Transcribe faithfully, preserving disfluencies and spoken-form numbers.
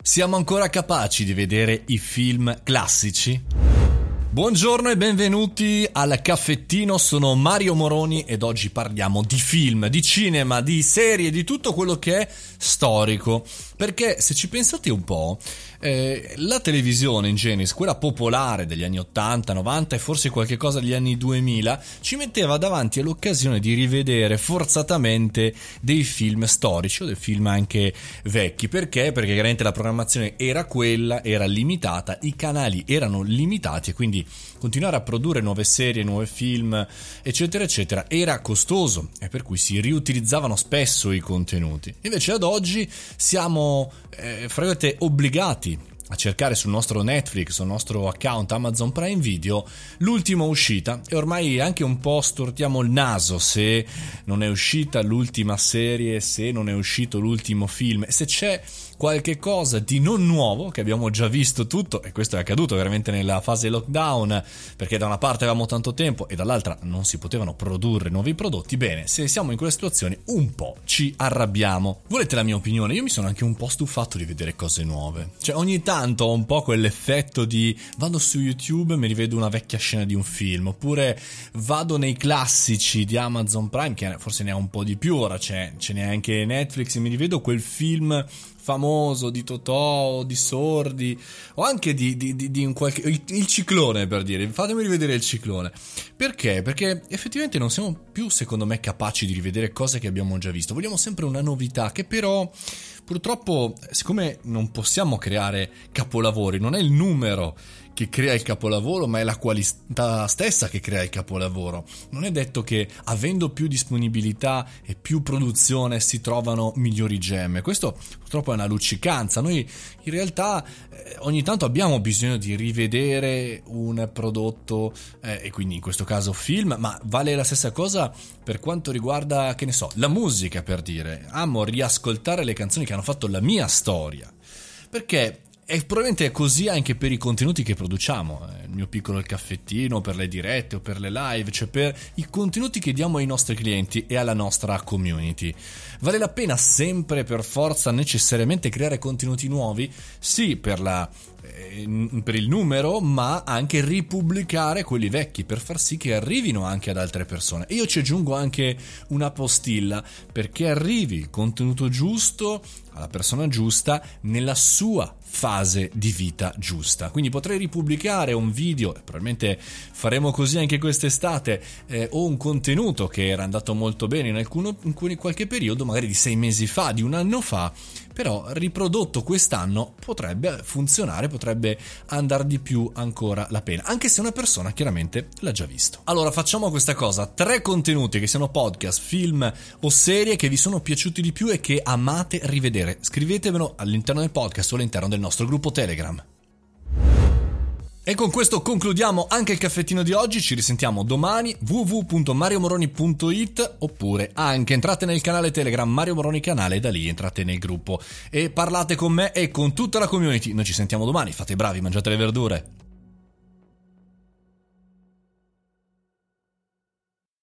Siamo ancora capaci di vedere i film classici? Buongiorno e benvenuti al caffettino, sono Mario Moroni ed oggi parliamo di film, di cinema, di serie, di tutto quello che è storico. Perché se ci pensate un po', eh, la televisione in genere, quella popolare degli anni ottanta, novanta e forse qualche cosa degli anni duemila, ci metteva davanti all'occasione di rivedere forzatamente dei film storici o dei film anche vecchi. Perché? Perché chiaramente la programmazione era quella, era limitata, i canali erano limitati e quindi continuare a produrre nuove serie, nuovi film, eccetera eccetera era costoso e per cui si riutilizzavano spesso i contenuti. Invece ad oggi siamo eh, francamente obbligati a cercare sul nostro Netflix, sul nostro account Amazon Prime Video l'ultima uscita e ormai anche un po' stortiamo il naso se non è uscita l'ultima serie, se non è uscito l'ultimo film, se c'è qualche cosa di non nuovo che abbiamo già visto tutto, e questo è accaduto veramente nella fase lockdown, perché da una parte avevamo tanto tempo e dall'altra non si potevano produrre nuovi prodotti. Bene, se siamo in quelle situazioni un po' ci arrabbiamo. Volete la mia opinione? Io mi sono anche un po' stufato di vedere cose nuove, cioè ogni tanto ho un po' quell'effetto di vado su YouTube e mi rivedo una vecchia scena di un film, oppure vado nei classici di Amazon Prime, che forse ne ha un po' di più, ora c'è, ce n'è anche Netflix, e mi rivedo quel film famoso di Totò, di Sordi, o anche di, di, di, di un qualche il, il Ciclone, per dire, fatemi rivedere il Ciclone. Perché? Perché effettivamente non siamo più, secondo me, capaci di rivedere cose che abbiamo già visto, vogliamo sempre una novità che però purtroppo, siccome non possiamo creare capolavori, non è il numero che crea il capolavoro, ma è la qualità stessa che crea il capolavoro. Non è detto che avendo più disponibilità e più produzione si trovano migliori gemme. Questo purtroppo è una luccicanza. Noi in realtà eh, ogni tanto abbiamo bisogno di rivedere un prodotto eh, e quindi in questo caso film, ma vale la stessa cosa per quanto riguarda, che ne so, la musica, per dire. Amo riascoltare le canzoni che hanno fatto la mia storia, perché e probabilmente è così anche per i contenuti che produciamo, il mio piccolo il caffettino, per le dirette o per le live, cioè per i contenuti che diamo ai nostri clienti e alla nostra community. Vale la pena sempre per forza necessariamente creare contenuti nuovi? Sì, per la per il numero, ma anche ripubblicare quelli vecchi per far sì che arrivino anche ad altre persone. E io ci aggiungo anche una postilla, perché arrivi il contenuto giusto alla persona giusta nella sua fase di vita giusta. Quindi potrei ripubblicare un video, e probabilmente faremo così anche quest'estate, eh, o un contenuto che era andato molto bene in, alcuno, in qualche periodo, magari di sei mesi fa, di un anno fa, però riprodotto quest'anno potrebbe funzionare, potrebbe andare di più ancora la pena, anche se una persona chiaramente l'ha già visto. Allora facciamo questa cosa: tre contenuti, che siano podcast, film o serie, che vi sono piaciuti di più e che amate rivedere. Scrivetevelo all'interno del podcast o all'interno del nostro gruppo Telegram. E con questo concludiamo anche il caffettino di oggi. Ci risentiamo domani, w w w punto mario moroni punto i t, oppure anche entrate nel canale Telegram Mario Moroni Canale e da lì entrate nel gruppo e parlate con me e con tutta la community. Noi ci sentiamo domani, fate i bravi, mangiate le verdure.